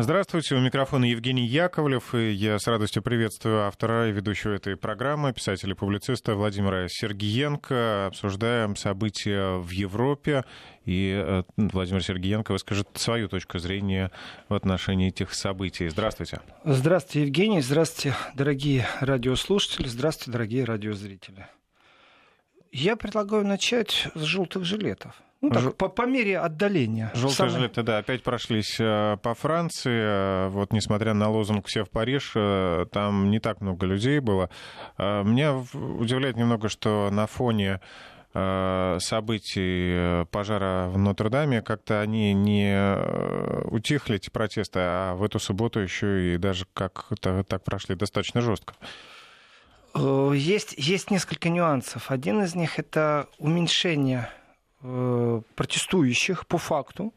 Здравствуйте, у микрофона Евгений Яковлев, и я с радостью приветствую автора и ведущего этой программы, писателя и публициста Владимира Сергиенко. Обсуждаем события в Европе, и Владимир Сергиенко выскажет свою точку зрения в отношении этих событий. Здравствуйте. Здравствуйте, Евгений, здравствуйте, дорогие радиослушатели, здравствуйте, дорогие радиозрители. Я предлагаю начать с желтых жилетов. По мере отдаления. Желтые жилеты, да, опять прошлись по Франции. Вот, несмотря на лозунг «Все в Париж», там не так много людей было. Меня удивляет немного, что на фоне событий пожара в Нотр-Даме как-то они не утихли, эти протесты, а в эту субботу еще и даже как-то так прошли достаточно жестко. Есть несколько нюансов. Один из них — это уменьшение протестующих по факту.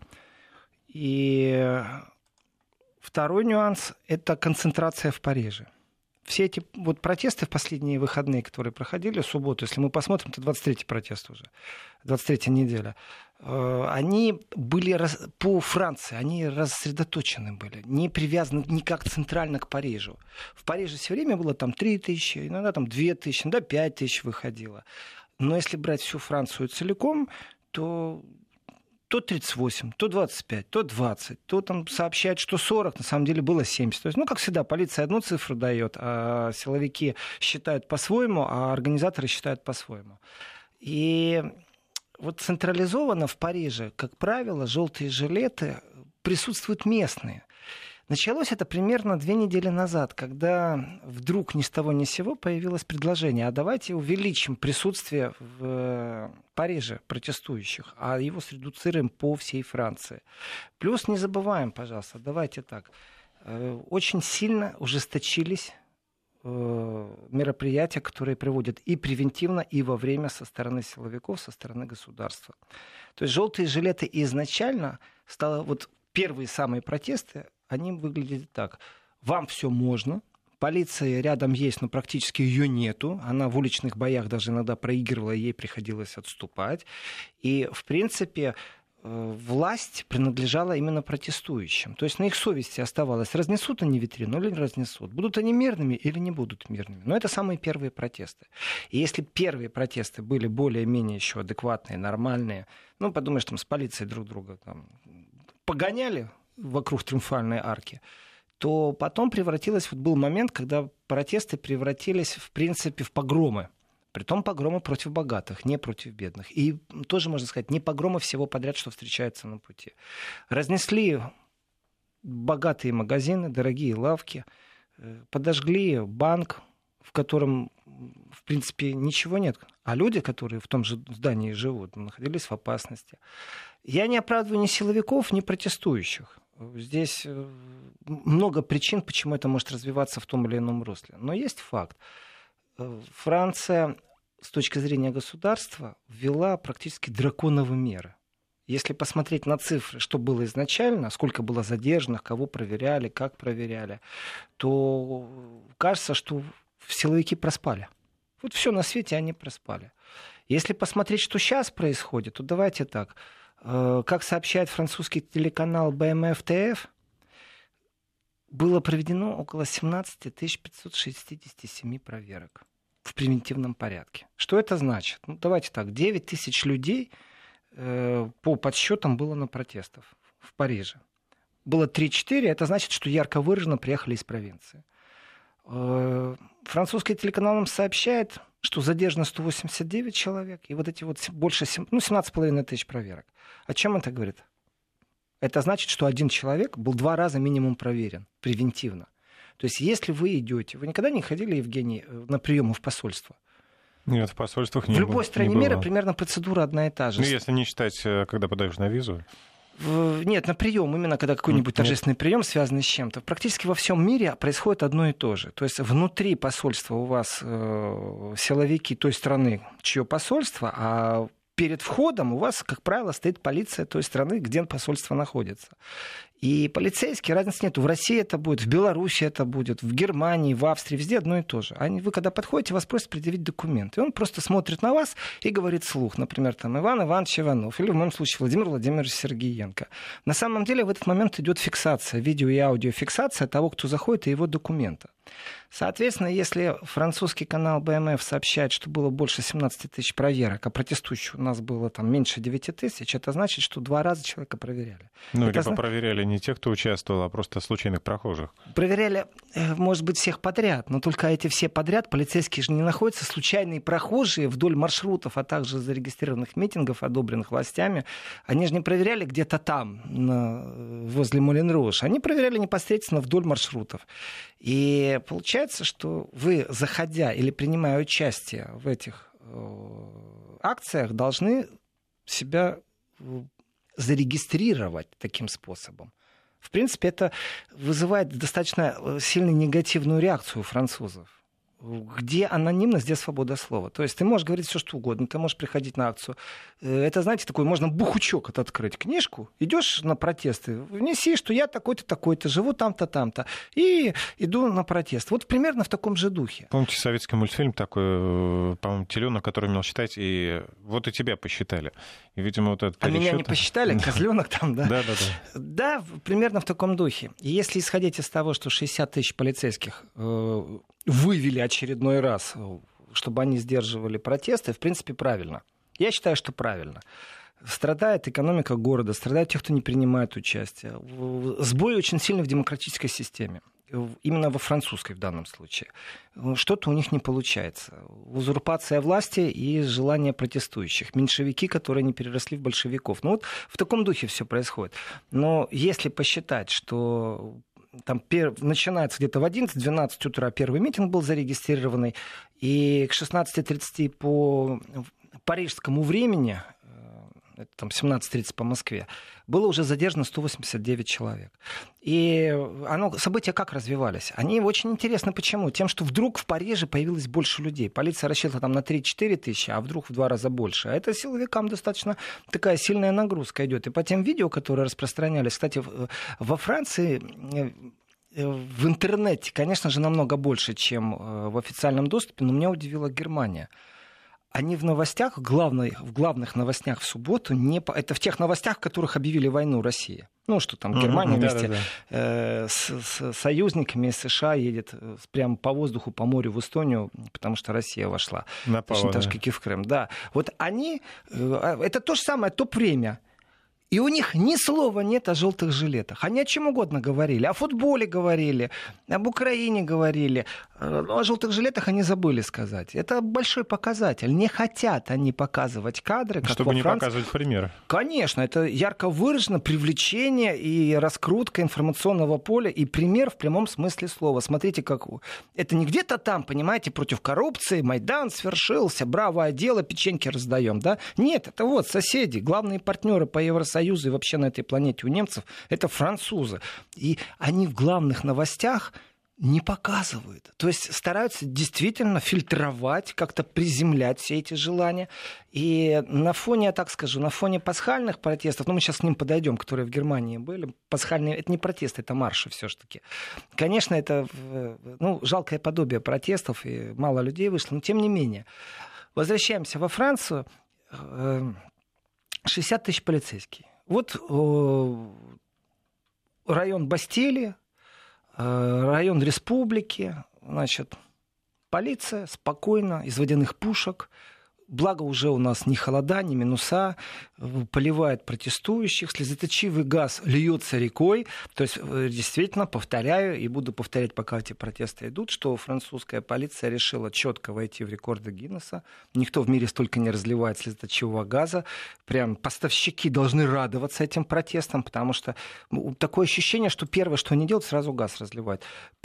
И второй нюанс — это концентрация в Париже. Все эти вот протесты в последние выходные, которые проходили в субботу, если мы посмотрим, это 23-й протест уже, 23-я неделя, они были по Франции, они рассредоточены были, не привязаны никак центрально к Парижу. В Париже все время было там 3 тысячи, иногда там 2 тысячи, иногда 5 тысяч выходило. Но если брать всю Францию целиком, то 38, то 25, то 20, то там сообщают, что 40, на самом деле было 70. То есть, как всегда, полиция одну цифру дает, а силовики считают по-своему, а организаторы считают по-своему. И вот централизованно в Париже, как правило, желтые жилеты присутствуют местные. Началось это примерно 2 недели назад, когда вдруг ни с того ни с сего появилось предложение: а давайте увеличим присутствие в Париже протестующих, а его средуцируем по всей Франции. Плюс не забываем, пожалуйста, давайте так, очень сильно ужесточились мероприятия, которые проводят и превентивно, и во время со стороны силовиков, со стороны государства. То есть желтые жилеты изначально стало вот первые самые протесты, они выглядят так. Вам все можно, полиция рядом есть, но практически ее нету. Она в уличных боях даже иногда проигрывала, ей приходилось отступать. И, в принципе, власть принадлежала именно протестующим. То есть на их совести оставалось, разнесут они витрину или не разнесут. Будут они мирными или не будут мирными. Но это самые первые протесты. И если первые протесты были более-менее еще адекватные, нормальные, подумаешь, там с полицией друг друга там погоняли вокруг Триумфальной арки, то потом был момент, когда протесты превратились, в принципе, в погромы. Притом погромы против богатых, не против бедных. И тоже, можно сказать, не погромы всего подряд, что встречается на пути. Разнесли богатые магазины, дорогие лавки, подожгли банк, в котором, в принципе, ничего нет. А люди, которые в том же здании живут, находились в опасности. Я не оправдываю ни силовиков, ни протестующих. Здесь много причин, почему это может развиваться в том или ином русле. Но есть факт. Франция с точки зрения государства ввела практически драконовые меры. Если посмотреть на цифры, что было изначально, сколько было задержанных, кого проверяли, как проверяли, то кажется, что силовики проспали. Вот все на свете они проспали. Если посмотреть, что сейчас происходит, то давайте так. Как сообщает французский телеканал БМФ-ТФ, было проведено около 17 567 проверок в превентивном порядке. Что это значит? Давайте так, 9 тысяч людей по подсчетам было на протестах в Париже. Было 3-4, это значит, что ярко выраженно приехали из провинции. Французский телеканал нам сообщает, что задержано 189 человек, и вот эти вот больше 17,5 тысяч проверок. О чем это говорит? Это значит, что один человек был 2 раза минимум проверен превентивно. То есть если вы идете, вы никогда не ходили, Евгений, на приемы в посольство? Нет, в посольствах не было. В любой стране мира примерно процедура одна и та же. Если не считать, когда подаешь на визу. Нет, на прием, именно когда какой-нибудь торжественный прием, связанный с чем-то. Практически во всем мире происходит одно и то же. То есть внутри посольства у вас силовики той страны, чье посольство, а перед входом у вас, как правило, стоит полиция той страны, где посольство находится. И полицейские, разницы нету. В России это будет, в Беларуси это будет, в Германии, в Австрии, везде одно и то же. Вы когда подходите, вас просят предъявить документы. И он просто смотрит на вас и говорит вслух. Например, там, Иван Иванович Иванов. Или в моем случае Владимир Владимирович Сергиенко. На самом деле в этот момент идет фиксация, видео и аудиофиксация того, кто заходит, и его документа. Соответственно, если французский канал БМФ сообщает, что было больше 17 тысяч проверок, а протестующих у нас было там меньше 9 тысяч, это значит, что 2 раза человека проверяли. Ну, либо проверяли не тех, кто участвовал, а просто случайных прохожих. Проверяли, может быть, всех подряд, но только эти все подряд, полицейские же не находятся, случайные прохожие вдоль маршрутов, а также зарегистрированных митингов, одобренных властями, они же не проверяли где-то там, возле Мулен-Руж, они проверяли непосредственно вдоль маршрутов. И получается, что вы, заходя или принимая участие в этих акциях, должны себя зарегистрировать таким способом. В принципе, это вызывает достаточно сильную негативную реакцию у французов. Где анонимность, где свобода слова. То есть ты можешь говорить все, что угодно, ты можешь приходить на акцию. Это, знаете, такой, можно бухучок открыть, книжку, идешь на протесты, внеси, что я такой-то, такой-то, живу там-то, там-то, и иду на протест. Вот примерно в таком же духе. Помните советский мультфильм такой, по-моему, теленок, который умел считать, и вот и тебя посчитали. И, видимо, вот этот пересчет... А меня не посчитали? Козленок там, да? Да. Да, примерно в таком духе. И если исходить из того, что 60 тысяч полицейских вывели очередной раз, чтобы они сдерживали протесты, в принципе, правильно. Я считаю, что правильно. Страдает экономика города, страдают те, кто не принимает участие. Сбой очень сильный в демократической системе. Именно во французской в данном случае. Что-то у них не получается. Узурпация власти и желание протестующих. Меньшевики, которые не переросли в большевиков. Ну вот в таком духе все происходит. Но если посчитать, что там начинается где-то в 11-12 утра первый митинг был зарегистрированный, и к 16:30 по парижскому времени, это там 17:30 по Москве, было уже задержано 189 человек. И события как развивались? Они очень интересны. Почему? Тем, что вдруг в Париже появилось больше людей. Полиция рассчитывала там на 3-4 тысячи, а вдруг в 2 раза больше. А это силовикам достаточно такая сильная нагрузка идет. И по тем видео, которые распространялись, кстати, во Франции в интернете, конечно же, намного больше, чем в официальном доступе, но меня удивила Германия. Они в новостях, в главных новостях в субботу, это в тех новостях, в которых объявили войну России. Ну, что там Германия вместе с союзниками США едет прямо по воздуху, по морю в Эстонию, потому что Россия вошла. Напала, точно так же, как и в Крым. Да. Вот они, это то же самое, топ-время. И у них ни слова нет о желтых жилетах. Они о чем угодно говорили. О футболе говорили, об Украине говорили. Но о желтых жилетах они забыли сказать. Это большой показатель. Не хотят они показывать кадры, как чтобы во Франции. Не показывать примеры. Конечно, это ярко выражено привлечение и раскрутка информационного поля. И пример в прямом смысле слова. Смотрите, как это не где-то там, понимаете, против коррупции, Майдан свершился, бравое дело, печеньки раздаем. Да? Нет, это вот соседи, главные партнеры по Евросоюзу и вообще на этой планете у немцев, это французы. И они в главных новостях не показывают. То есть стараются действительно фильтровать, как-то приземлять все эти желания. И на фоне, я так скажу, на фоне пасхальных протестов, мы сейчас к ним подойдем, которые в Германии были, пасхальные, это не протесты, это марши все-таки. Конечно, это жалкое подобие протестов, и мало людей вышло, но тем не менее. Возвращаемся во Францию. 60 тысяч полицейских. Вот район Бастилии, район Республики, значит, полиция спокойно из водяных пушек, благо уже у нас ни холода, ни минуса, поливает протестующих, слезоточивый газ льется рекой. То есть, действительно, повторяю и буду повторять, пока эти протесты идут, что французская полиция решила четко войти в рекорды Гиннесса. Никто в мире столько не разливает слезоточивого газа. Прям поставщики должны радоваться этим протестам, потому что такое ощущение, что первое, что они делают, сразу газ разливают.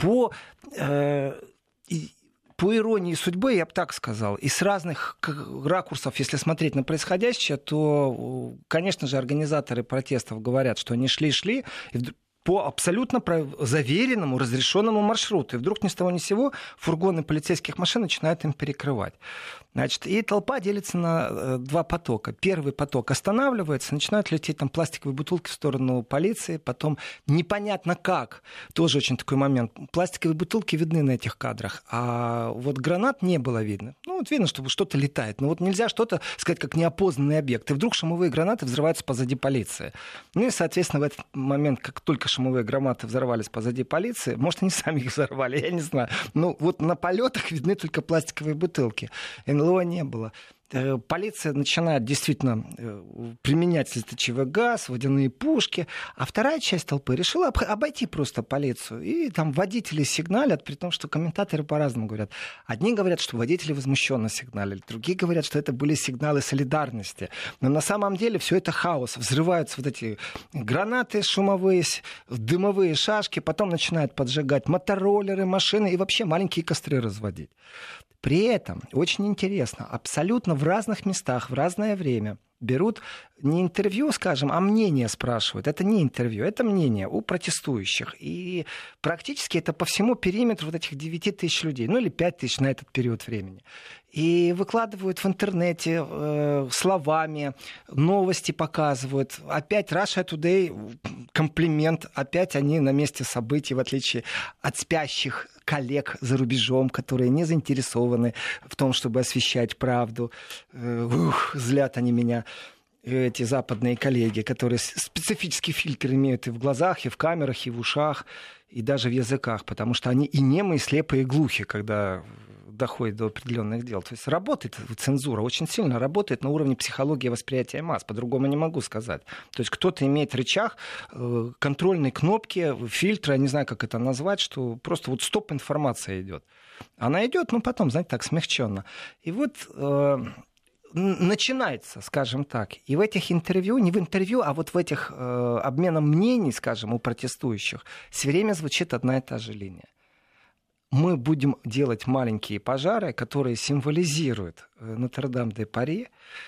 По иронии судьбы, я бы так сказал, и с разных ракурсов, если смотреть на происходящее, то, конечно же, организаторы протестов говорят, что они шли, и по абсолютно заверенному, разрешенному маршруту. И вдруг ни с того ни с сего фургоны полицейских машин начинают им перекрывать. Значит, и толпа делится на два потока. Первый поток останавливается, начинают лететь там пластиковые бутылки в сторону полиции, потом непонятно как, тоже очень такой момент, пластиковые бутылки видны на этих кадрах, а вот гранат не было видно. Ну, вот видно, что что-то летает, но вот нельзя что-то сказать как неопознанный объект. И вдруг шумовые гранаты взрываются позади полиции. Ну и, соответственно, в этот момент, как только шумовые гранаты взорвались позади полиции, может, они сами их взорвали, я не знаю. Ну, вот на полетах видны только пластиковые бутылки. НЛО не было. Полиция начинает действительно применять слезоточивый газ, водяные пушки, а вторая часть толпы решила обойти просто полицию. И там водители сигналят, при том, что комментаторы по-разному говорят. Одни говорят, что водители возмущенно сигналили, другие говорят, что это были сигналы солидарности. Но на самом деле все это хаос. Взрываются вот эти гранаты шумовые, дымовые шашки, потом начинают поджигать мотороллеры, машины и вообще маленькие костры разводить. При этом, очень интересно, абсолютно в разных местах, в разное время берут не интервью, скажем, а мнение спрашивают. Это не интервью, это мнение у протестующих. И практически это по всему периметру вот этих 9 тысяч людей, ну или 5 тысяч на этот период времени. И выкладывают в интернете словами, новости показывают. Опять Russia Today комплимент, опять они на месте событий, в отличие от спящих коллег за рубежом, которые не заинтересованы в том, чтобы освещать правду. Злят они меня, эти западные коллеги, которые специфический фильтр имеют и в глазах, и в камерах, и в ушах, и даже в языках, потому что они и немы, и слепые, и глухи, когда доходит до определенных дел. То есть работает цензура, очень сильно работает на уровне психологии восприятия масс, по-другому не могу сказать. То есть кто-то имеет рычаг, контрольные кнопки, фильтры, я не знаю, как это назвать, что просто вот стоп информация идет. Она идет, ну потом, знаете, так смягченно. И вот начинается, скажем так, и в этих интервью, не в интервью, а вот в этих обменах мнений, скажем, у протестующих, все время звучит одна и та же линия. Мы будем делать маленькие пожары, которые символизируют Нотр-Дам-де-Пари.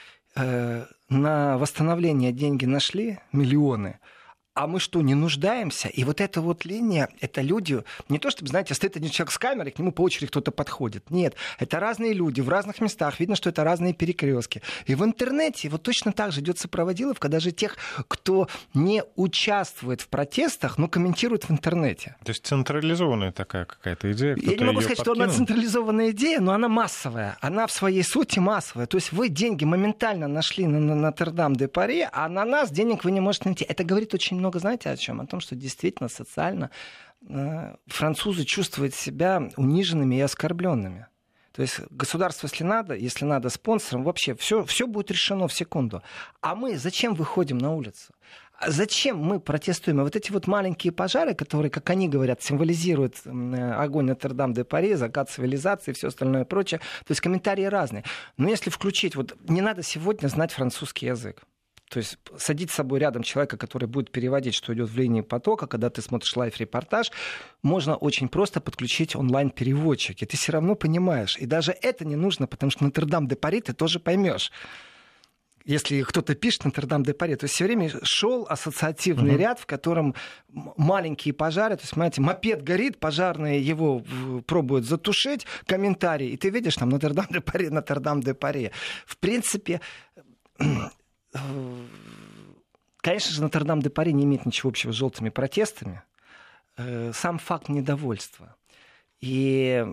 На восстановление деньги нашли, миллионы. А мы что, не нуждаемся? И вот эта вот линия, это люди, не то чтобы, знаете, стоит один человек с камерой, к нему по очереди кто-то подходит. Нет, это разные люди в разных местах, видно, что это разные перекрестки. И в интернете вот точно так же идет сопроводиловка, даже тех, кто не участвует в протестах, но комментирует в интернете. То есть централизованная такая какая-то идея? Я не могу сказать, что она централизованная идея, но она массовая. Она в своей сути массовая. То есть вы деньги моментально нашли на Нотр-Дам-де-Пари, а на нас денег вы не можете найти. Это говорит очень много, знаете, о чем? О том, что действительно социально французы чувствуют себя униженными и оскорбленными. То есть государство, если надо спонсором, вообще все будет решено в секунду. А мы зачем выходим на улицу? Зачем мы протестуем? И вот эти вот маленькие пожары, которые, как они говорят, символизируют огонь Нотр-Дам-де-Пари, закат цивилизации и все остальное прочее. То есть комментарии разные. Но если включить, вот не надо сегодня знать французский язык. То есть садить с собой рядом человека, который будет переводить, что идет в линии потока, когда ты смотришь лайв-репортаж, можно очень просто подключить онлайн-переводчик, и ты все равно понимаешь. И даже это не нужно, потому что Нотр-Дам-де-Пари ты тоже поймешь. Если кто-то пишет Нотр-Дам-де-Пари, то есть все время шел ассоциативный ряд, в котором маленькие пожары, то есть, понимаете, мопед горит, пожарные его пробуют затушить, комментарии, и ты видишь там Нотр-Дам-де-Пари, Нотр-Дам-де-Пари. В принципе, конечно же, Нотр-Дам-де-Пари не имеет ничего общего с желтыми протестами. Сам факт недовольства. И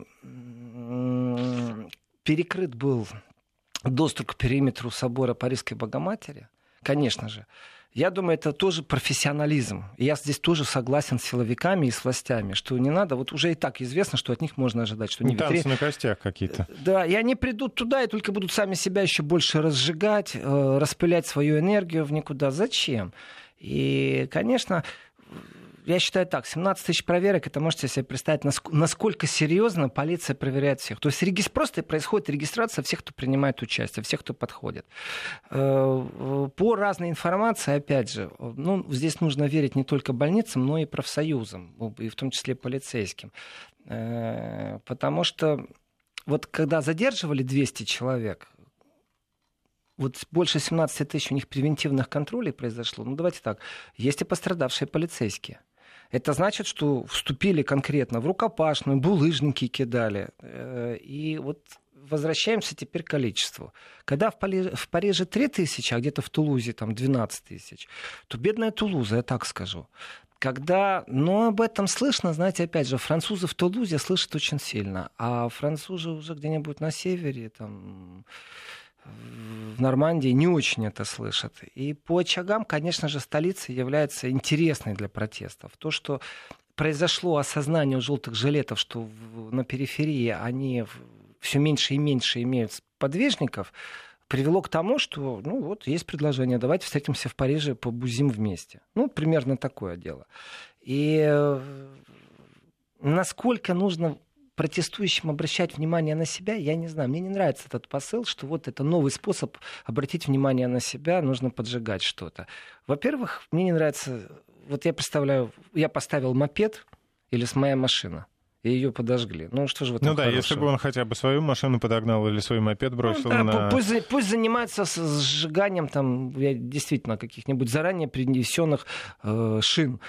перекрыт был доступ к периметру собора Парижской Богоматери. Конечно же. Я думаю, это тоже профессионализм. И я здесь тоже согласен с силовиками и с властями, что не надо, вот уже и так известно, что от них можно ожидать. Что танцы на костях какие-то. Да, и они придут туда и только будут сами себя еще больше разжигать, распылять свою энергию в никуда. Зачем? И, конечно, я считаю так, 17 тысяч проверок, это можете себе представить, насколько серьезно полиция проверяет всех. То есть просто происходит регистрация всех, кто принимает участие, всех, кто подходит. По разной информации, опять же, здесь нужно верить не только больницам, но и профсоюзам, и в том числе полицейским. Потому что вот когда задерживали 200 человек, вот больше 17 тысяч у них превентивных контролей произошло. Ну, давайте так. Есть и пострадавшие полицейские. Это значит, что вступили конкретно в рукопашную, булыжники кидали. И вот возвращаемся теперь к количеству. Когда в Париже 3000, а где-то в Тулузе там 12 тысяч, то бедная Тулуза, я так скажу. Когда, об этом слышно, знаете, опять же, французы в Тулузе слышат очень сильно, а французы уже где-нибудь на севере, там, в Нормандии не очень это слышат. И по очагам, конечно же, столица является интересной для протестов. То, что произошло осознание у желтых жилетов, что на периферии они все меньше и меньше имеют подвижников, привело к тому, что, есть предложение, давайте встретимся в Париже, побузим вместе. Примерно такое дело. И насколько нужно протестующим обращать внимание на себя, я не знаю. Мне не нравится этот посыл, что вот это новый способ обратить внимание на себя, нужно поджигать что-то. Во-первых, мне не нравится, вот я представляю, я поставил мопед или моя машина, и ее подожгли. Что же в этом хорошего? Если бы он хотя бы свою машину подогнал или свой мопед бросил на... Пусть занимается сжиганием там, действительно каких-нибудь заранее принесенных шин.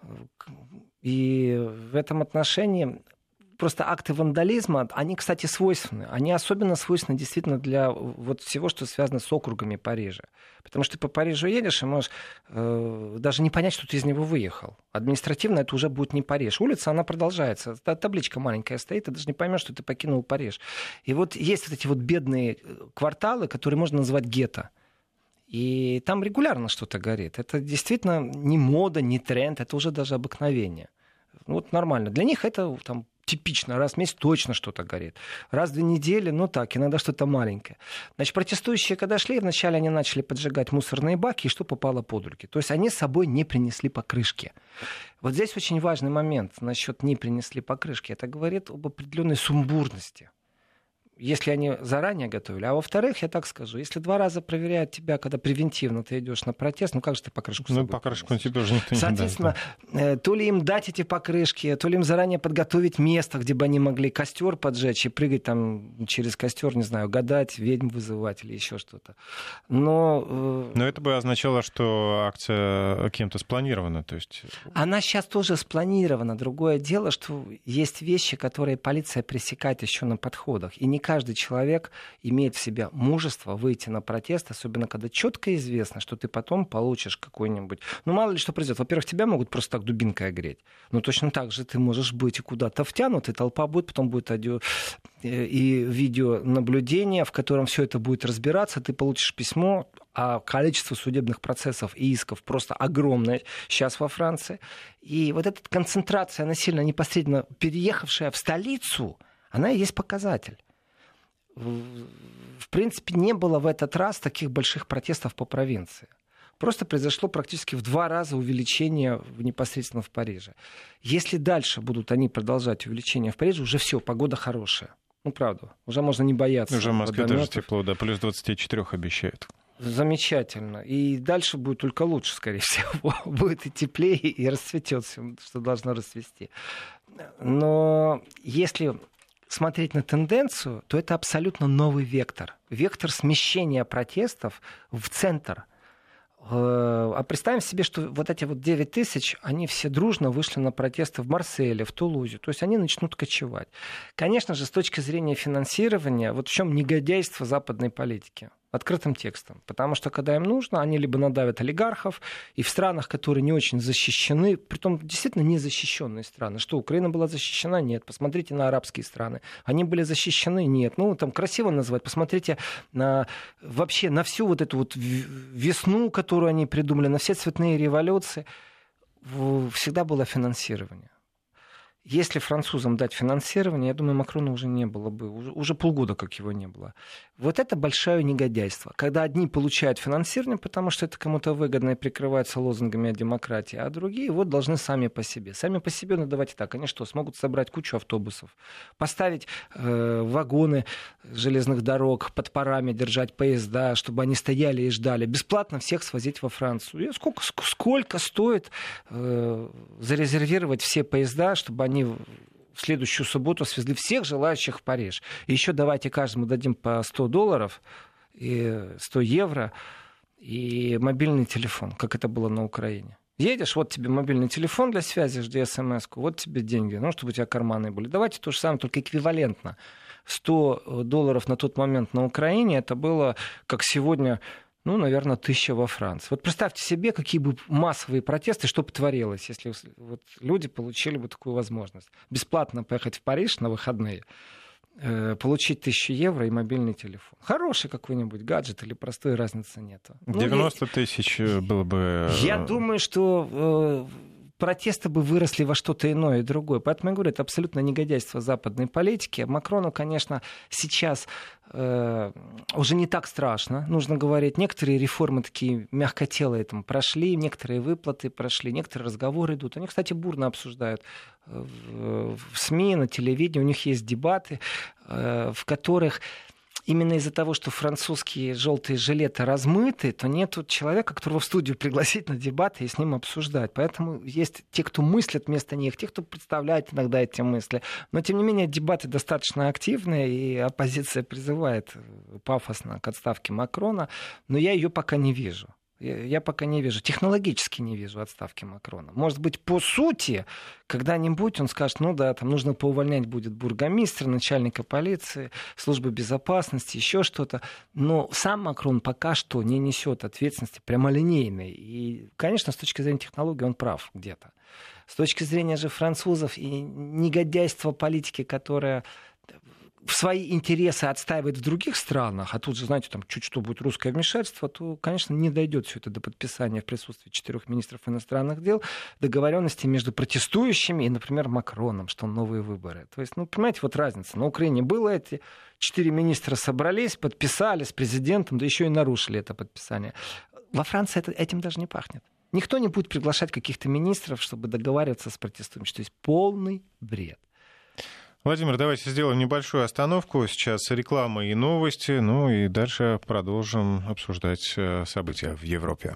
И в этом отношении просто акты вандализма, они, кстати, свойственны. Они особенно свойственны действительно для вот всего, что связано с округами Парижа. Потому что ты по Парижу едешь и можешь даже не понять, что ты из него выехал. Административно это уже будет не Париж. Улица, она продолжается. Табличка маленькая стоит, ты даже не поймешь, что ты покинул Париж. И вот есть вот эти вот бедные кварталы, которые можно назвать гетто. И там регулярно что-то горит. Это действительно не мода, не тренд, это уже даже обыкновение. Нормально. Для них это там типично, раз в месяц точно что-то горит. Раз в 2 недели, иногда что-то маленькое. Значит, протестующие, когда шли, вначале они начали поджигать мусорные баки, и что попало под руки. То есть они с собой не принесли покрышки. Вот здесь очень важный момент насчет не принесли покрышки. Это говорит об определенной сумбурности. Если они заранее готовили. А во-вторых, я так скажу, если 2 раза проверяют тебя, когда превентивно ты идешь на протест, как же ты покрышку с собой покрышку тебе уже никто не даст. Соответственно, то ли им дать эти покрышки, то ли им заранее подготовить место, где бы они могли костер поджечь и прыгать там через костер, не знаю, гадать, ведьм вызывать или еще что-то. Но это бы означало, что акция кем-то спланирована. То есть... Она сейчас тоже спланирована. Другое дело, что есть вещи, которые полиция пресекает еще на подходах. И не каждый человек имеет в себе мужество выйти на протест, особенно когда четко известно, что ты потом получишь какой-нибудь... мало ли что произойдет. Во-первых, тебя могут просто так дубинкой огреть. Но точно так же ты можешь быть и куда-то втянут, и толпа будет, потом будет и видеонаблюдение, в котором все это будет разбираться. Ты получишь письмо, а количество судебных процессов и исков просто огромное сейчас во Франции. И вот эта концентрация насильно непосредственно переехавшая в столицу, она и есть показатель. В принципе, не было в этот раз таких больших протестов по провинции. Просто произошло практически в 2 раза увеличение непосредственно в Париже. Если дальше будут они продолжать увеличение в Париже, уже все, погода хорошая. Правда, уже можно не бояться. Уже в Москве даже тепло, плюс 24 обещают. Замечательно. И дальше будет только лучше, скорее всего. Будет и теплее, и расцветет все, что должно расцвести. Но если смотреть на тенденцию, то это абсолютно новый вектор. Вектор смещения протестов в центр. А представим себе, что вот эти 9 тысяч, они все дружно вышли на протесты в Марселе, в Тулузе. То есть они начнут кочевать. Конечно же, с точки зрения финансирования, в чем негодяйство западной политики? Открытым текстом. Потому что, когда им нужно, они либо надавят олигархов, и в странах, которые не очень защищены, притом действительно незащищенные страны. Что, Украина была защищена? Нет. Посмотрите на арабские страны. Они были защищены? Нет. Там красиво называть. Посмотрите вообще на всю вот эту весну, которую они придумали, на все цветные революции. Всегда было финансирование. Если французам дать финансирование, я думаю, Макрона уже не было бы. Уже полгода, как его не было. Вот это большое негодяйство. Когда одни получают финансирование, потому что это кому-то выгодно и прикрываются лозунгами о демократии, а другие должны сами по себе. Сами по себе, давайте так, они что, смогут собрать кучу автобусов, поставить вагоны железных дорог, под парами держать поезда, чтобы они стояли и ждали, бесплатно всех свозить во Францию. И сколько стоит зарезервировать все поезда, чтобы они в следующую субботу свезли всех желающих в Париж. И еще давайте каждому дадим по $100 и 100 евро и мобильный телефон, как это было на Украине. Едешь, вот тебе мобильный телефон для связи, жди смс-ку, вот тебе деньги, ну, чтобы у тебя карманы были. Давайте то же самое, только эквивалентно. $100 на тот момент на Украине, это было, как сегодня, ну, наверное, 1000 во Франции. Вот представьте себе, какие бы массовые протесты, что бы творилось, если вот люди получили бы такую возможность. Бесплатно поехать в Париж на выходные, получить 1000 евро и мобильный телефон. Хороший какой-нибудь гаджет или простой, разницы нету. 90 тысяч было бы... Я думаю, что протесты бы выросли во что-то иное и другое. Поэтому я говорю, это абсолютно негодяйство западной политики. Макрону, конечно, сейчас уже не так страшно, нужно говорить. Некоторые реформы такие мягкотелые там прошли, некоторые выплаты прошли, некоторые разговоры идут. Они, кстати, бурно обсуждают в СМИ, на телевидении. У них есть дебаты, в которых... Именно из-за того, что французские желтые жилеты размыты, то нет человека, которого в студию пригласить на дебаты и с ним обсуждать. Поэтому есть те, кто мыслят вместо них, те, кто представляет иногда эти мысли. Но, тем не менее, дебаты достаточно активные, и оппозиция призывает пафосно к отставке Макрона, но я ее пока не вижу. Я пока не вижу, технологически не вижу отставки Макрона. Может быть, по сути, когда-нибудь он скажет, ну да, там нужно поувольнять будет бургомистра, начальника полиции, службы безопасности, еще что-то. Но сам Макрон пока что не несет ответственности прямолинейной. И, конечно, с точки зрения технологии он прав где-то. С точки зрения же французов и негодяйства политики, которая... свои интересы отстаивает в других странах, а тут же, знаете, там чуть что будет русское вмешательство, то, конечно, не дойдет все это до подписания в присутствии 4 министров иностранных дел договоренности между протестующими и, например, Макроном, что новые выборы. То есть, ну, понимаете, вот разница. На Украине было эти 4 министра собрались, подписали с президентом, да еще и нарушили это подписание. Во Франции этим даже не пахнет. Никто не будет приглашать каких-то министров, чтобы договариваться с протестующими. То есть полный бред. Владимир, давайте сделаем небольшую остановку. Сейчас реклама и новости. Ну и дальше продолжим обсуждать события в Европе.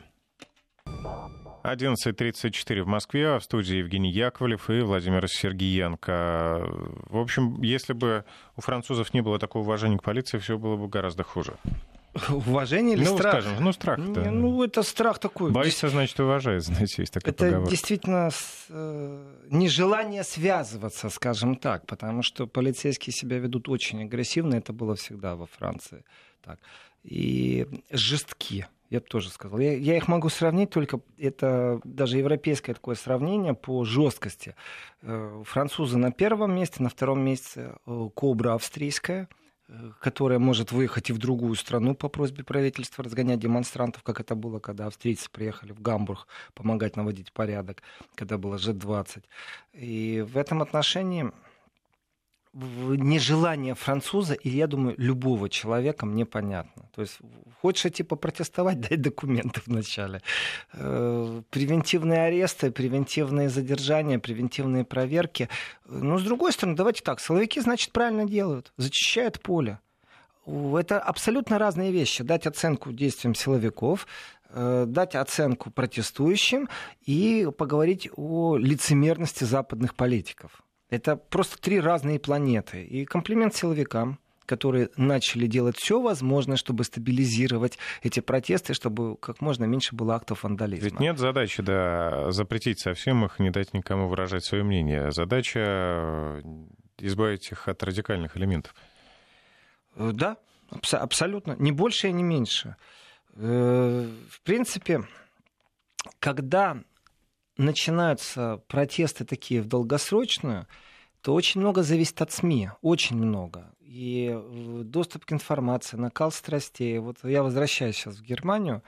11:34 в Москве, а в студии Евгений Яковлев и Владимир Сергиенко. В общем, если бы у французов не было такого уважения к полиции, все было бы гораздо хуже. Уважение или страх? Скажем, страх. Да. Ну, это страх такой. Боится, значит, уважает, знаете, есть такая это поговорка. Действительно нежелание связываться, скажем так, потому что полицейские себя ведут очень агрессивно, это было всегда во Франции. Так. И жестки, я бы тоже сказал. Я их могу сравнить, только это даже европейское такое сравнение по жесткости. Французы на первом месте, на втором месте кобра австрийская, которая может выехать и в другую страну по просьбе правительства, разгонять демонстрантов, как это было, когда австрийцы приехали в Гамбург помогать наводить порядок, когда было G20. И в этом отношении нежелание француза, и, я думаю, любого человека мне понятно. То есть хочешь типа протестовать, дай документы вначале. Превентивные аресты, превентивные задержания, превентивные проверки. Но, с другой стороны, давайте так, силовики, значит, правильно делают, зачищают поле. Это абсолютно разные вещи. Дать оценку действиям силовиков, дать оценку протестующим и поговорить о лицемерности западных политиков. Это просто 3 разные планеты. И комплимент силовикам, которые начали делать все возможное, чтобы стабилизировать эти протесты, чтобы как можно меньше было актов вандализма. Ведь нет задачи запретить совсем их, не дать никому выражать свое мнение. Задача избавить их от радикальных элементов. Да, абсолютно. Не больше и не меньше. В принципе, когда начинаются протесты такие в долгосрочную, то очень много зависит от СМИ, очень много. И доступ к информации, накал страстей. Вот я возвращаюсь сейчас в Германию,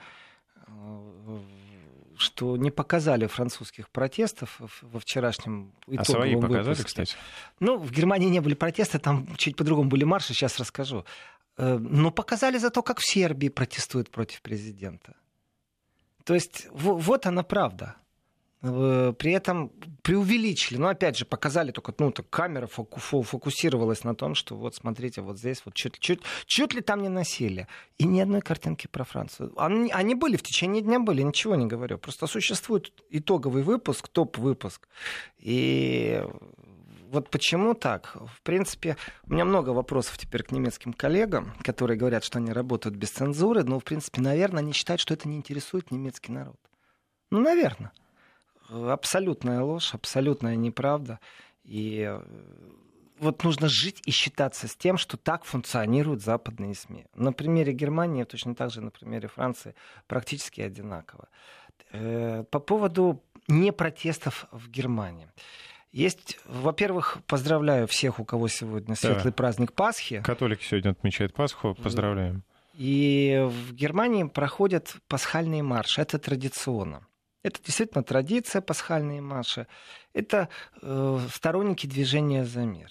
что не показали французских протестов во вчерашнем итоговом выпуске. А свои показали, кстати? Ну, в Германии не были протесты, там чуть по-другому были марши, сейчас расскажу. Но показали зато, как в Сербии протестуют против президента. То есть вот она правда. При этом преувеличили. Но опять же, показали только, так камера фокусировалась на том, что вот смотрите, вот здесь вот чуть ли там не насилие. И ни одной картинки про Францию. Они были в течение дня, ничего не говорю. Просто существует итоговый выпуск, топ-выпуск. И вот почему так? В принципе, у меня много вопросов теперь к немецким коллегам, которые говорят, что они работают без цензуры, но, в принципе, наверное, они считают, что это не интересует немецкий народ. Ну, наверное. Абсолютная ложь, абсолютная неправда. И вот нужно жить и считаться с тем, что так функционируют западные СМИ. На примере Германии, точно так же на примере Франции, практически одинаково. По поводу непротестов в Германии. Есть, во-первых, поздравляю всех, у кого сегодня светлый праздник Пасхи. Католики сегодня отмечают Пасху, поздравляем. И в Германии проходят пасхальные марши, это традиционно. Это действительно традиция, пасхальные марши. Это сторонники движения за мир.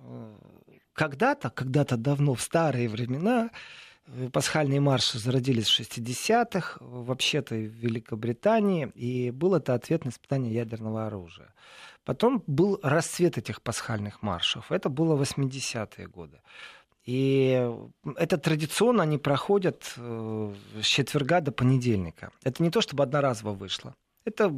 Когда-то давно, в старые времена, пасхальные марши зародились в 60-х, вообще-то в Великобритании, и был это ответ на испытание ядерного оружия. Потом был расцвет этих пасхальных маршев. Это было 80-е годы. И это традиционно они проходят с четверга до понедельника. Это не то, чтобы одноразово вышло. Это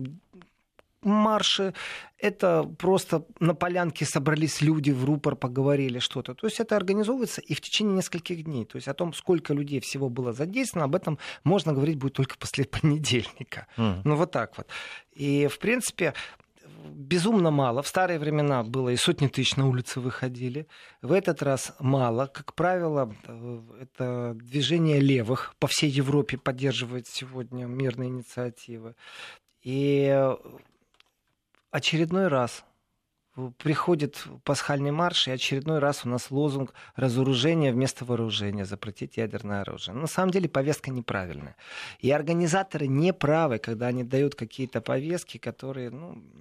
марши, это просто на полянке собрались люди, в рупор поговорили что-то. То есть это организовывается и в течение нескольких дней. То есть о том, сколько людей всего было задействовано, об этом можно говорить будет только после понедельника. Ну вот так вот. И в принципе... Безумно мало. В старые времена было и сотни тысяч на улицы выходили. В этот раз мало. Как правило, это движение левых по всей Европе поддерживает сегодня мирные инициативы. И очередной раз приходит пасхальный марш, и очередной раз у нас лозунг «разоружение вместо вооружения», запретить ядерное оружие. Но на самом деле повестка неправильная. И организаторы не правы, когда они дают какие-то повестки, которые,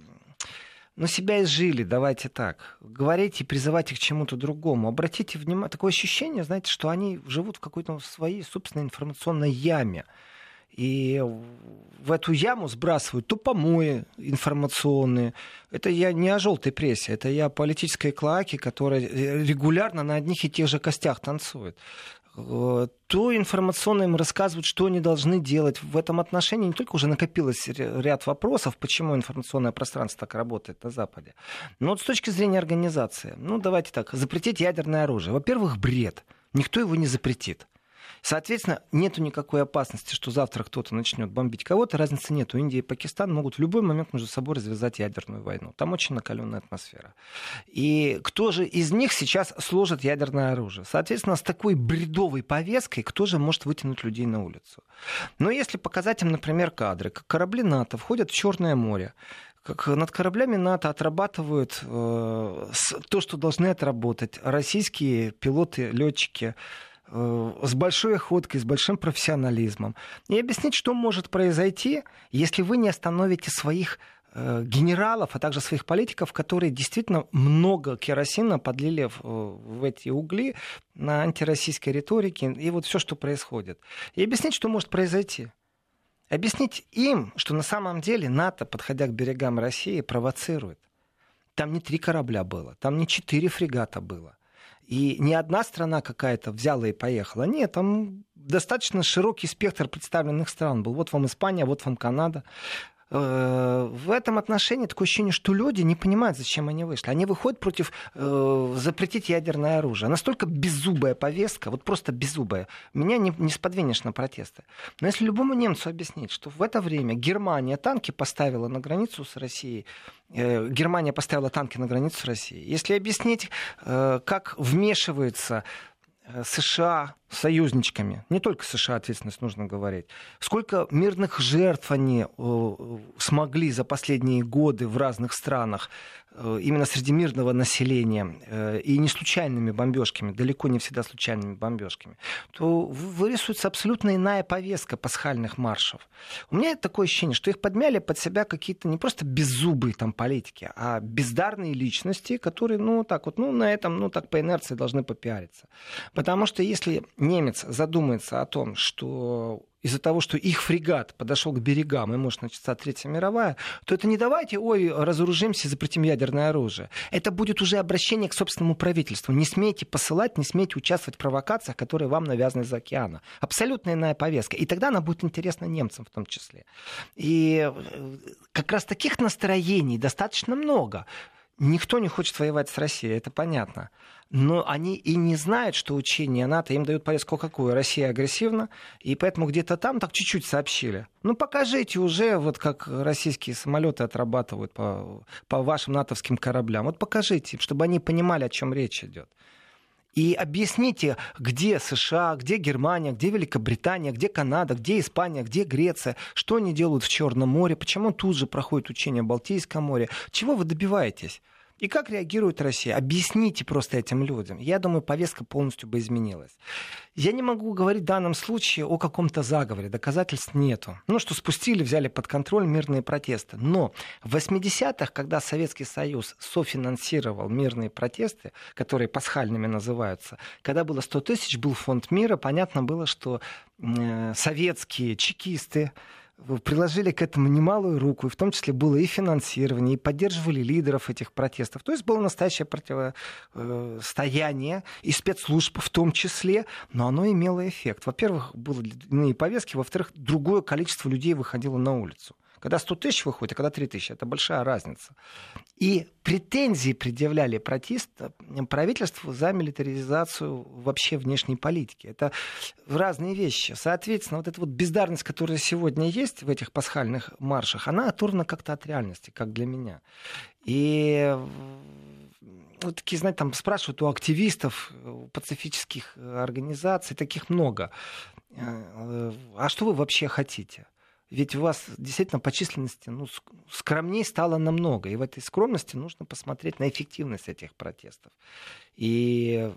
себя изжили, давайте так. Говорите и призывайте к чему-то другому. Обратите внимание, такое ощущение, знаете, что они живут в какой-то своей собственной информационной яме. И в эту яму сбрасывают то помои информационные. Это я не о желтой прессе, это я о политической клоаке, которая регулярно на одних и тех же костях танцует. То информационно им рассказывают, что они должны делать. В этом отношении не только уже накопилось ряд вопросов, почему информационное пространство так работает на Западе, но вот с точки зрения организации. Давайте так, запретить ядерное оружие. Во-первых, бред. Никто его не запретит. Соответственно, нету никакой опасности, что завтра кто-то начнет бомбить кого-то. Разницы нет. Индия и Пакистан могут в любой момент между собой развязать ядерную войну. Там очень накаленная атмосфера. И кто же из них сейчас сложит ядерное оружие? Соответственно, с такой бредовой повесткой кто же может вытянуть людей на улицу? Но если показать им, например, кадры, как корабли НАТО входят в Черное море, как над кораблями НАТО отрабатывают то, что должны отработать российские пилоты, летчики, с большой охоткой, с большим профессионализмом. И объяснить, что может произойти, если вы не остановите своих генералов, а также своих политиков, которые действительно много керосина подлили в эти угли на антироссийской риторике и вот все, что происходит. И объяснить, что может произойти. Объяснить им, что на самом деле НАТО, подходя к берегам России, провоцирует. Там не 3 корабля было, там не 4 фрегата было. И не одна страна какая-то взяла и поехала. Нет, там достаточно широкий спектр представленных стран был. Вот вам Испания, вот вам Канада. В этом отношении такое ощущение, что люди не понимают, зачем они вышли. Они выходят против запретить ядерное оружие. Настолько беззубая повестка, вот просто беззубая. Меня не сподвинешь на протесты. Но если любому немцу объяснить, что в это время Германия танки поставила на границу с Россией, Германия поставила танки на границу с Россией. Если объяснить, как вмешивается США союзничками, не только США ответственность нужно говорить, сколько мирных жертв они смогли за последние годы в разных странах, именно среди мирного населения, и не случайными бомбежками, далеко не всегда случайными бомбежками, то вырисуется абсолютно иная повестка пасхальных маршев. У меня такое ощущение, что их подмяли под себя какие-то не просто беззубые там политики, а бездарные личности, которые, на этом, по инерции должны попиариться. Потому что если немец задумается о том, что из-за того, что их фрегат подошел к берегам и может начаться Третья мировая, то это не давайте, разоружимся, запретим ядерное оружие. Это будет уже обращение к собственному правительству. Не смейте посылать, не смейте участвовать в провокациях, которые вам навязаны из-за океана. Абсолютно иная повестка. И тогда она будет интересна немцам в том числе. И как раз таких настроений достаточно много. Никто не хочет воевать с Россией, это понятно. Но они и не знают, что учение НАТО им дают повестку какую. Россия агрессивна, и поэтому где-то там так чуть-чуть сообщили. Ну, покажите уже, вот как российские самолеты отрабатывают по вашим натовским кораблям. Вот покажите, чтобы они понимали, о чем речь идет. И объясните, где США, где Германия, где Великобритания, где Канада, где Испания, где Греция, что они делают в Черном море, почему тут же проходит учение в Балтийском море, чего вы добиваетесь? И как реагирует Россия? Объясните просто этим людям. Я думаю, повестка полностью бы изменилась. Я не могу говорить в данном случае о каком-то заговоре. Доказательств нету. Ну, что спустили, взяли под контроль мирные протесты. Но в 80-х, когда Советский Союз софинансировал мирные протесты, которые пасхальными называются, когда было 100 тысяч, был фонд мира, понятно было, что советские чекисты приложили к этому немалую руку, и в том числе было и финансирование, и поддерживали лидеров этих протестов. То есть было настоящее противостояние, и спецслужб в том числе, но оно имело эффект. Во-первых, были иные повестки, во-вторых, другое количество людей выходило на улицу. Когда 100 тысяч выходит, а когда 3 тысячи, это большая разница. И претензии предъявляли правительству за милитаризацию вообще внешней политики. Это разные вещи. Соответственно, вот эта вот бездарность, которая сегодня есть в этих пасхальных маршах, она оторвана как-то от реальности, как для меня. И вот такие, знаете, там спрашивают у активистов, у пацифических организаций, таких много. А что вы вообще хотите? Ведь у вас действительно по численности скромнее стало намного. И в этой скромности нужно посмотреть на эффективность этих протестов. И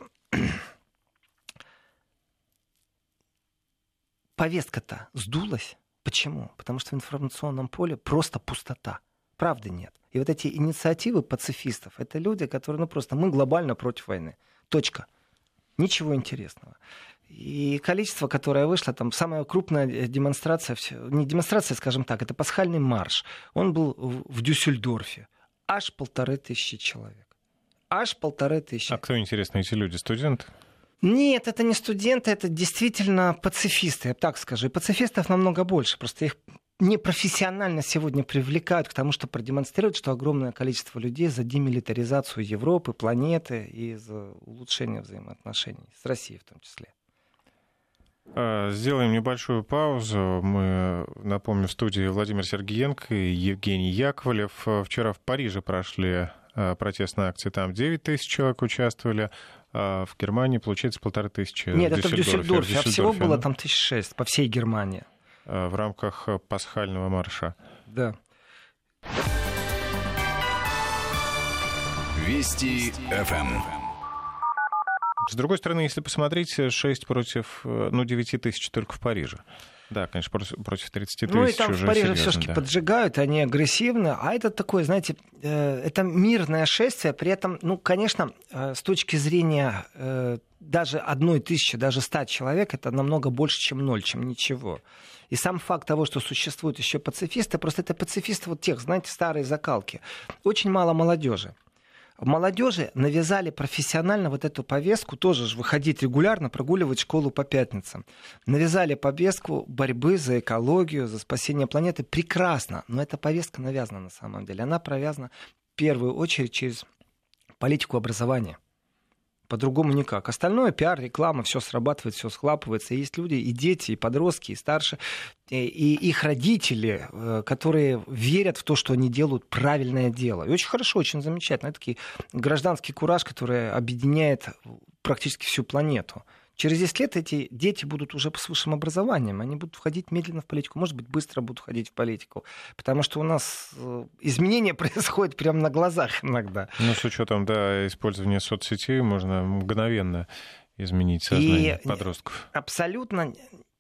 повестка-то сдулась. Почему? Потому что в информационном поле просто пустота. Правды нет. И вот эти инициативы пацифистов, это люди, которые, просто мы глобально против войны. Точка. Ничего интересного. И количество, которое вышло, там самая крупная демонстрация, не демонстрация, скажем так, это пасхальный марш. Он был в Дюссельдорфе. Аж 1500 человек. Аж 1500. А кто, интересно, эти люди? Студенты? Нет, это не студенты, это действительно пацифисты, я так скажу. И пацифистов намного больше, просто их непрофессионально сегодня привлекают к тому, чтобы продемонстрировать, что огромное количество людей за демилитаризацию Европы, планеты и за улучшение взаимоотношений с Россией в том числе. Сделаем небольшую паузу. Мы, напомню, в студии Владимир Сергиенко и Евгений Яковлев. Вчера в Париже прошли протестные акции. Там 9 тысяч человек участвовали. В Германии, получается, 1500. Нет, это в Дюссельдорфе. А всего было там 1600 по всей Германии. В рамках пасхального марша. Да. Вести ФМ. С другой стороны, если посмотреть, 6 против 9 тысяч только в Париже. Да, конечно, против 30 тысяч. Ну и там уже в Париже серьезно, все-таки да. поджигают, они агрессивны. А это такое, знаете, это мирное шествие. При этом, конечно, с точки зрения даже 1000, даже 100 человек, это намного больше, чем 0, чем ничего. И сам факт того, что существуют еще пацифисты, просто это пацифисты вот тех, знаете, старые закалки. Очень мало молодежи. Молодежи навязали профессионально вот эту повестку, тоже же выходить регулярно, прогуливать школу по пятницам. Навязали повестку борьбы за экологию, за спасение планеты. Прекрасно, но эта повестка навязана на самом деле. Она провязана в первую очередь через политику образования. По-другому никак. Остальное, пиар, реклама, все срабатывает, все схлапывается. И есть люди, и дети, и подростки, и старшие, и их родители, которые верят в то, что они делают правильное дело. И очень хорошо, очень замечательно. Это такой гражданский кураж, который объединяет практически всю планету. Через 10 лет эти дети будут уже с высшим образованием. Они будут входить медленно в политику. Может быть, быстро будут входить в политику. Потому что у нас изменения происходят прямо на глазах иногда. С учетом, использования соцсетей можно мгновенно изменить сознание подростков. Абсолютно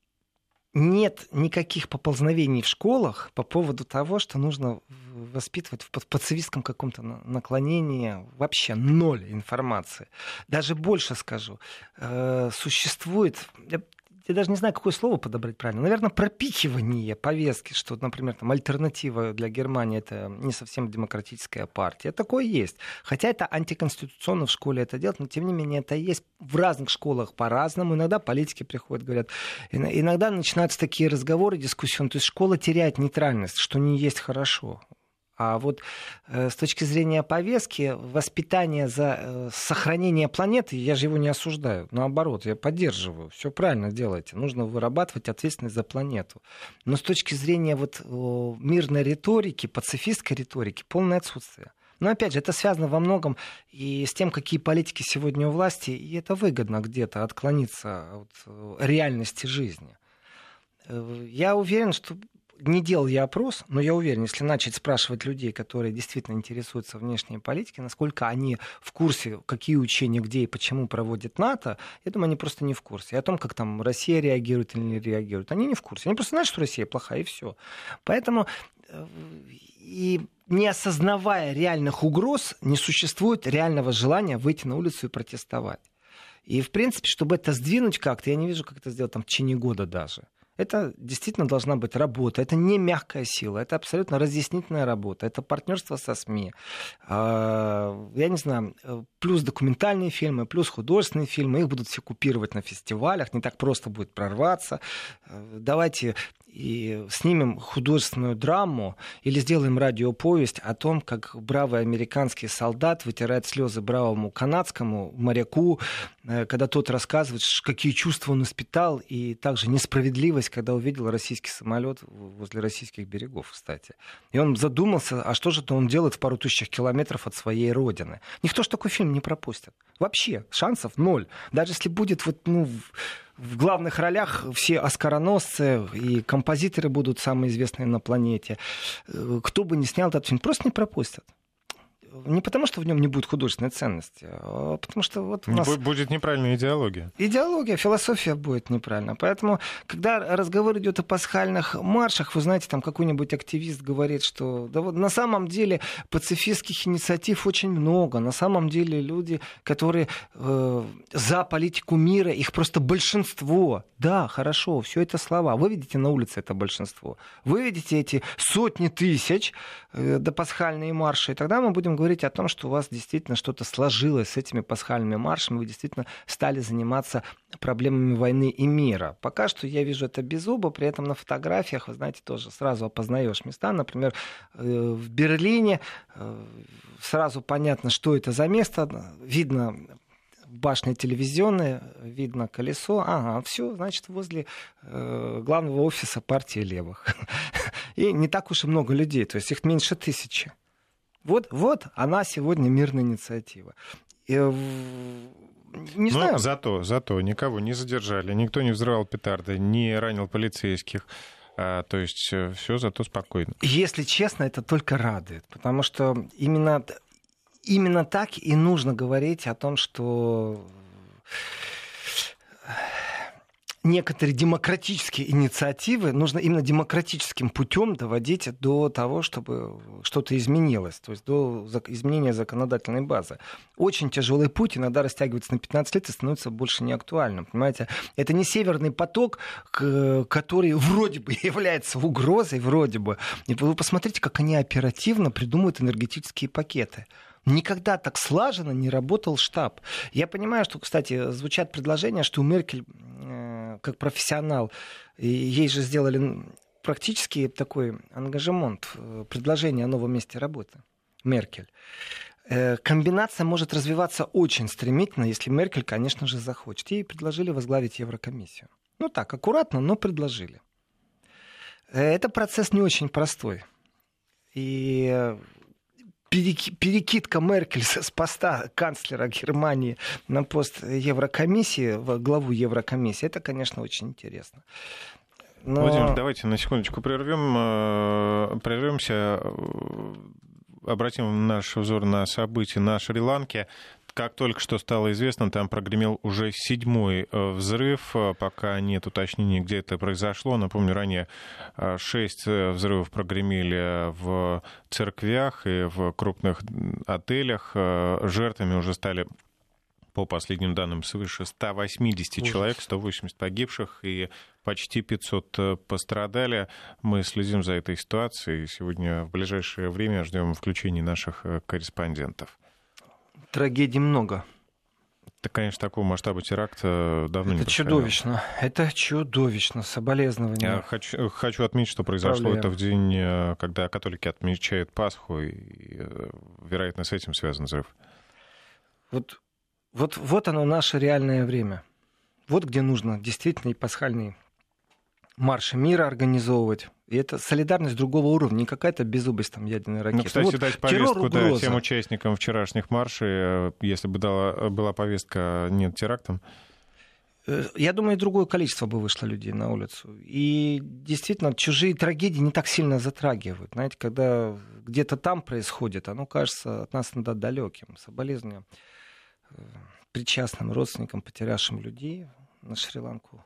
нет никаких поползновений в школах по поводу того, что нужно воспитывать в пацифистском каком-то наклонении. Вообще ноль информации. Даже больше скажу. Существует... Я даже не знаю, какое слово подобрать правильно. Наверное, пропихивание повестки, что, например, там, альтернатива для Германии — это не совсем демократическая партия. Такое есть. Хотя это антиконституционно в школе это делать, но тем не менее это есть в разных школах по-разному. Иногда политики приходят, говорят. Иногда начинаются такие разговоры, дискуссионные. То есть школа теряет нейтральность, что не есть хорошо. А вот с точки зрения повестки, воспитание за сохранение планеты, я же его не осуждаю. Наоборот, я поддерживаю. Все правильно делаете. Нужно вырабатывать ответственность за планету. Но с точки зрения вот мирной риторики, пацифистской риторики, полное отсутствие. Но опять же, это связано во многом и с тем, какие политики сегодня у власти, и это выгодно где-то отклониться от реальности жизни. Я уверен, что не делал я опрос, но я уверен, если начать спрашивать людей, которые действительно интересуются внешней политикой, насколько они в курсе, какие учения, где и почему проводит НАТО, я думаю, они просто не в курсе. И о том, как там Россия реагирует или не реагирует, они не в курсе. Они просто знают, что Россия плохая, и все. Поэтому и не осознавая реальных угроз, не существует реального желания выйти на улицу и протестовать. И, в принципе, чтобы это сдвинуть как-то, я не вижу, как это сделать там, в течение года даже. Это действительно должна быть работа. Это не мягкая сила. Это абсолютно разъяснительная работа. Это партнерство со СМИ. Я не знаю, плюс документальные фильмы, плюс художественные фильмы. Их будут все купировать на фестивалях. Не так просто будет прорваться. Давайте и снимем художественную драму или сделаем радиоповесть о том, как бравый американский солдат вытирает слезы бравому канадскому моряку, когда тот рассказывает, какие чувства он испытал, и также несправедливость, когда увидел российский самолет возле российских берегов, кстати. И он задумался, а что же он делает в пару тысяч километров от своей родины. Никто ж такой фильм не пропустит. Вообще, шансов ноль. Даже если будет в главных ролях все оскароносцы и композиторы будут самые известные на планете. Кто бы ни снял этот фильм, просто не пропустят. Не потому, что в нем не будет художественной ценности, а потому что вот у нас... Будет неправильная идеология. Идеология, философия будет неправильно. Поэтому, когда разговор идет о пасхальных маршах, вы знаете, там какой-нибудь активист говорит, что да вот на самом деле пацифистских инициатив очень много. На самом деле люди, которые за политику мира, их просто большинство. Да, хорошо, все это слова. Вы видите на улице это большинство. Вы видите эти сотни тысяч до пасхальные марши, и тогда мы будем говорить о том, что у вас действительно что-то сложилось с этими пасхальными маршами, вы действительно стали заниматься проблемами войны и мира. Пока что я вижу это без зуба, при этом на фотографиях, вы знаете, тоже сразу опознаешь места. Например, в Берлине сразу понятно, что это за место. Видно башня телевизионная, видно колесо. Ага, все, значит, возле главного офиса партии левых. И не так уж и много людей, то есть их меньше 1000. Вот она сегодня мирная инициатива. Не знаю. Зато никого не задержали, никто не взрывал петарды, не ранил полицейских. То есть все зато спокойно. Если честно, это только радует, потому что именно так и нужно говорить о том, что некоторые демократические инициативы нужно именно демократическим путем доводить до того, чтобы что-то изменилось, то есть до изменения законодательной базы. Очень тяжелый путь иногда растягивается на 15 лет и становится больше неактуальным. Понимаете? Это не Северный поток, который вроде бы является угрозой, вроде бы. И вы посмотрите, как они оперативно придумывают энергетические пакеты. Никогда так слаженно не работал штаб. Я понимаю, что, кстати, звучат предложения, что у Меркель, как профессионал, ей же сделали практически такой ангажемент, предложение о новом месте работы. Меркель. Комбинация может развиваться очень стремительно, если Меркель, конечно же, захочет. Ей предложили возглавить Еврокомиссию. Ну так, аккуратно, но предложили. Это процесс не очень простой. И перекидка Меркель с поста канцлера Германии на пост Еврокомиссии, в главу Еврокомиссии, это, конечно, очень интересно. Но... Владимир, давайте на секундочку прервемся, обратим наш взор на события на Шри-Ланке. Как только что стало известно, там прогремел уже 7-й взрыв. Пока нет уточнений, где это произошло. Напомню, ранее 6 взрывов прогремели в церквях и в крупных отелях. Жертвами уже стали, по последним данным, свыше 180 человек, 180 погибших и почти 500 пострадали. Мы следим за этой ситуацией. Сегодня в ближайшее время ждем включения наших корреспондентов. Трагедий много. конечно, такого масштаба теракта давно не происходило. Это чудовищно. Соболезнования. Я хочу отметить, что произошло это в день, когда католики отмечают Пасху, и, вероятно, с этим связан взрыв. Вот оно наше реальное время. Вот где нужно действительно и пасхальные марши мира организовывать. И это солидарность другого уровня, не какая-то беззубость там ядерной ракеты. Ну, кстати, дать повестку тем участникам вчерашних маршей, если бы была повестка «нет терактам». Я думаю, и другое количество бы вышло людей на улицу. И действительно, чужие трагедии не так сильно затрагивают. Знаете, когда где-то там происходит, оно кажется от нас иногда далеким. Соболезнования причастным родственникам, потерявшим людей на Шри-Ланку.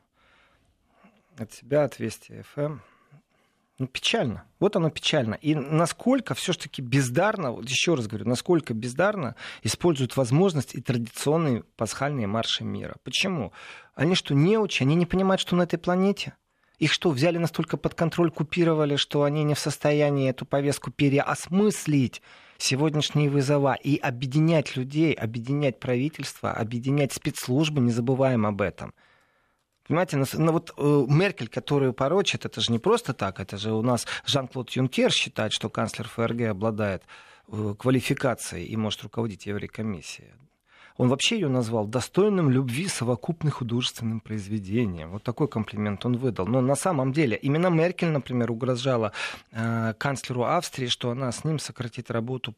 От себя, от Вести ФМ. Печально. Вот оно печально. И насколько все-таки бездарно, вот еще раз говорю, насколько бездарно используют возможность и традиционные пасхальные марши мира. Почему? Они что, неучи? Они не понимают, что на этой планете? Их что, взяли настолько под контроль, купировали, что они не в состоянии эту повестку переосмыслить, сегодняшние вызова, и объединять людей, объединять правительство, объединять спецслужбы, не забываем об этом. Понимаете, Меркель, которую порочит, это же не просто так, это же у нас Жан-Клод Юнкер считает, что канцлер ФРГ обладает квалификацией и может руководить Еврокомиссией. Он вообще ее назвал достойным любви совокупным художественным произведением. Вот такой комплимент он выдал. Но на самом деле именно Меркель, например, угрожала канцлеру Австрии, что она с ним сократит работу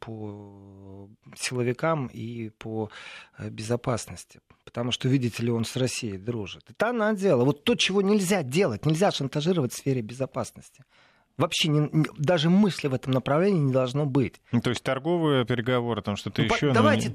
по силовикам и по безопасности. Потому что, видите ли, он с Россией дружит. Это она делала. Вот то, чего нельзя делать. Нельзя шантажировать в сфере безопасности. Вообще даже мысли в этом направлении не должно быть. То есть торговые переговоры, там что-то еще... Давайте,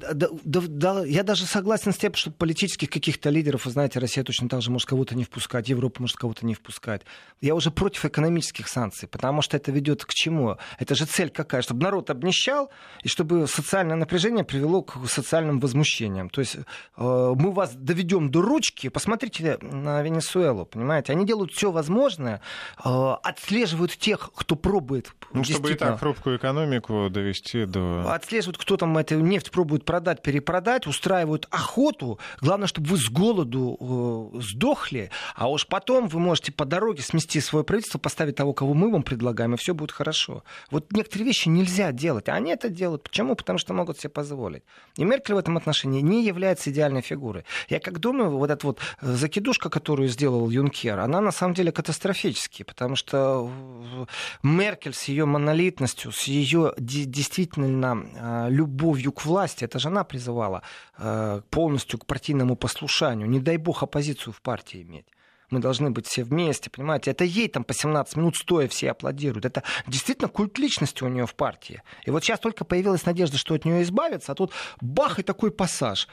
я даже согласен с тем, что политических каких-то лидеров, вы знаете, Россия точно так же может кого-то не впускать, Европа может кого-то не впускать. Я уже против экономических санкций, потому что это ведет к чему? Это же цель какая? Чтобы народ обнищал, и чтобы социальное напряжение привело к социальным возмущениям. То есть мы вас доведем до ручки, посмотрите на Венесуэлу, понимаете? Они делают все возможное, отслеживают тех, кто пробует... чтобы и так хрупкую экономику довести до... Отслеживают, кто там эту нефть пробует продать, перепродать, устраивают охоту. Главное, чтобы вы с голоду сдохли, а уж потом вы можете по дороге смести свое правительство, поставить того, кого мы вам предлагаем, и все будет хорошо. Вот некоторые вещи нельзя делать, а они это делают. Почему? Потому что могут себе позволить. И Меркель в этом отношении не является идеальной фигурой. Я как думаю, вот эта вот закидушка, которую сделал Юнкер, она на самом деле катастрофическая, потому что Меркель с ее монолитностью, с ее действительно любовью к власти, это же она призывала полностью к партийному послушанию. Не дай бог оппозицию в партии иметь. Мы должны быть все вместе, понимаете? Это ей там по 17 минут стоя все аплодируют. Это действительно культ личности у нее в партии. И вот сейчас только появилась надежда, что от нее избавиться, а тут бах, и такой пассаж.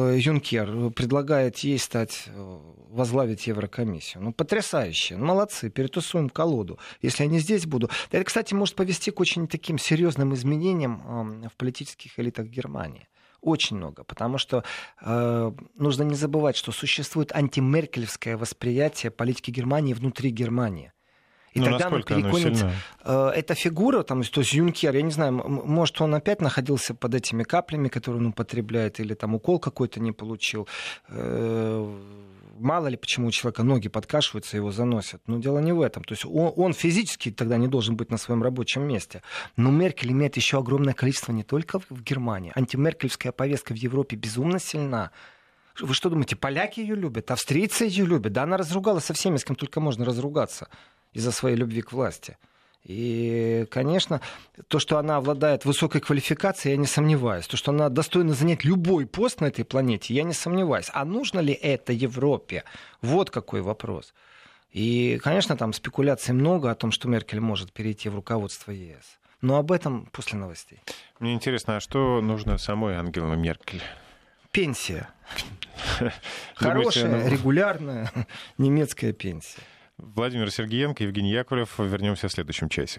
Юнкер предлагает ей возглавить Еврокомиссию. Потрясающе. Молодцы, перетусуем колоду. Если я не здесь буду. Это, кстати, может повести к очень таким серьезным изменениям в политических элитах Германии. Очень много, потому что нужно не забывать, что существует антимеркелевское восприятие политики Германии внутри Германии. И тогда оно переклонит... Эта фигура, то есть Юнкер, я не знаю, может, он опять находился под этими каплями, которые он употребляет, или там укол какой-то не получил. Мало ли, почему у человека ноги подкашиваются, его заносят. Но дело не в этом. То есть он физически тогда не должен быть на своем рабочем месте. Но Меркель имеет еще огромное количество не только в Германии. Антимеркельская повестка в Европе безумно сильна. Вы что думаете, поляки ее любят, австрийцы ее любят? Да она разругалась со всеми, с кем только можно разругаться из-за своей любви к власти. И, конечно, то, что она обладает высокой квалификацией, я не сомневаюсь. То, что она достойна занять любой пост на этой планете, я не сомневаюсь. А нужно ли это Европе? Вот какой вопрос. И, конечно, там спекуляций много о том, что Меркель может перейти в руководство ЕС. Но об этом после новостей. Мне интересно, а что нужно самой Ангеле Меркель? Пенсия. Хорошая, регулярная немецкая пенсия. Владимир Сергиенко, Евгений Яковлев. Вернемся в следующем часе.